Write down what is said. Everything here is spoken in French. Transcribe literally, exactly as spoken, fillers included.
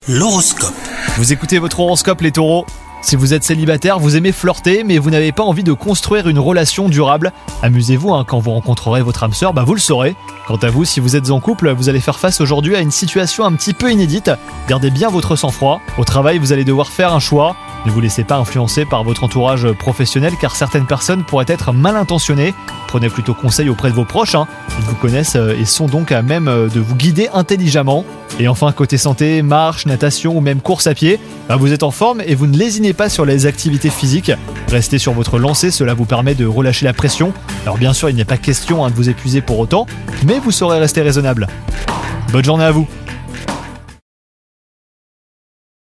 L'horoscope. Vous écoutez votre horoscope les taureaux. Si vous êtes célibataire, vous aimez flirter, mais vous n'avez pas envie de construire une relation durable, amusez-vous hein, quand vous rencontrerez votre âme sœur, bah vous le saurez. Quant à vous, si vous êtes en couple, vous allez faire face aujourd'hui à une situation un petit peu inédite. Gardez bien votre sang-froid. Au travail, vous allez devoir faire un choix. Ne vous laissez pas influencer par votre entourage professionnel car certaines personnes pourraient être mal intentionnées. Prenez plutôt conseil auprès de vos proches, hein. Ils vous connaissent et sont donc à même de vous guider intelligemment. Et enfin, côté santé, marche, natation ou même course à pied, bah vous êtes en forme et vous ne lésinez pas sur les activités physiques. Restez sur votre lancée, cela vous permet de relâcher la pression. Alors bien sûr, il n'est pas question hein, de vous épuiser pour autant, mais vous saurez rester raisonnable. Bonne journée à vous.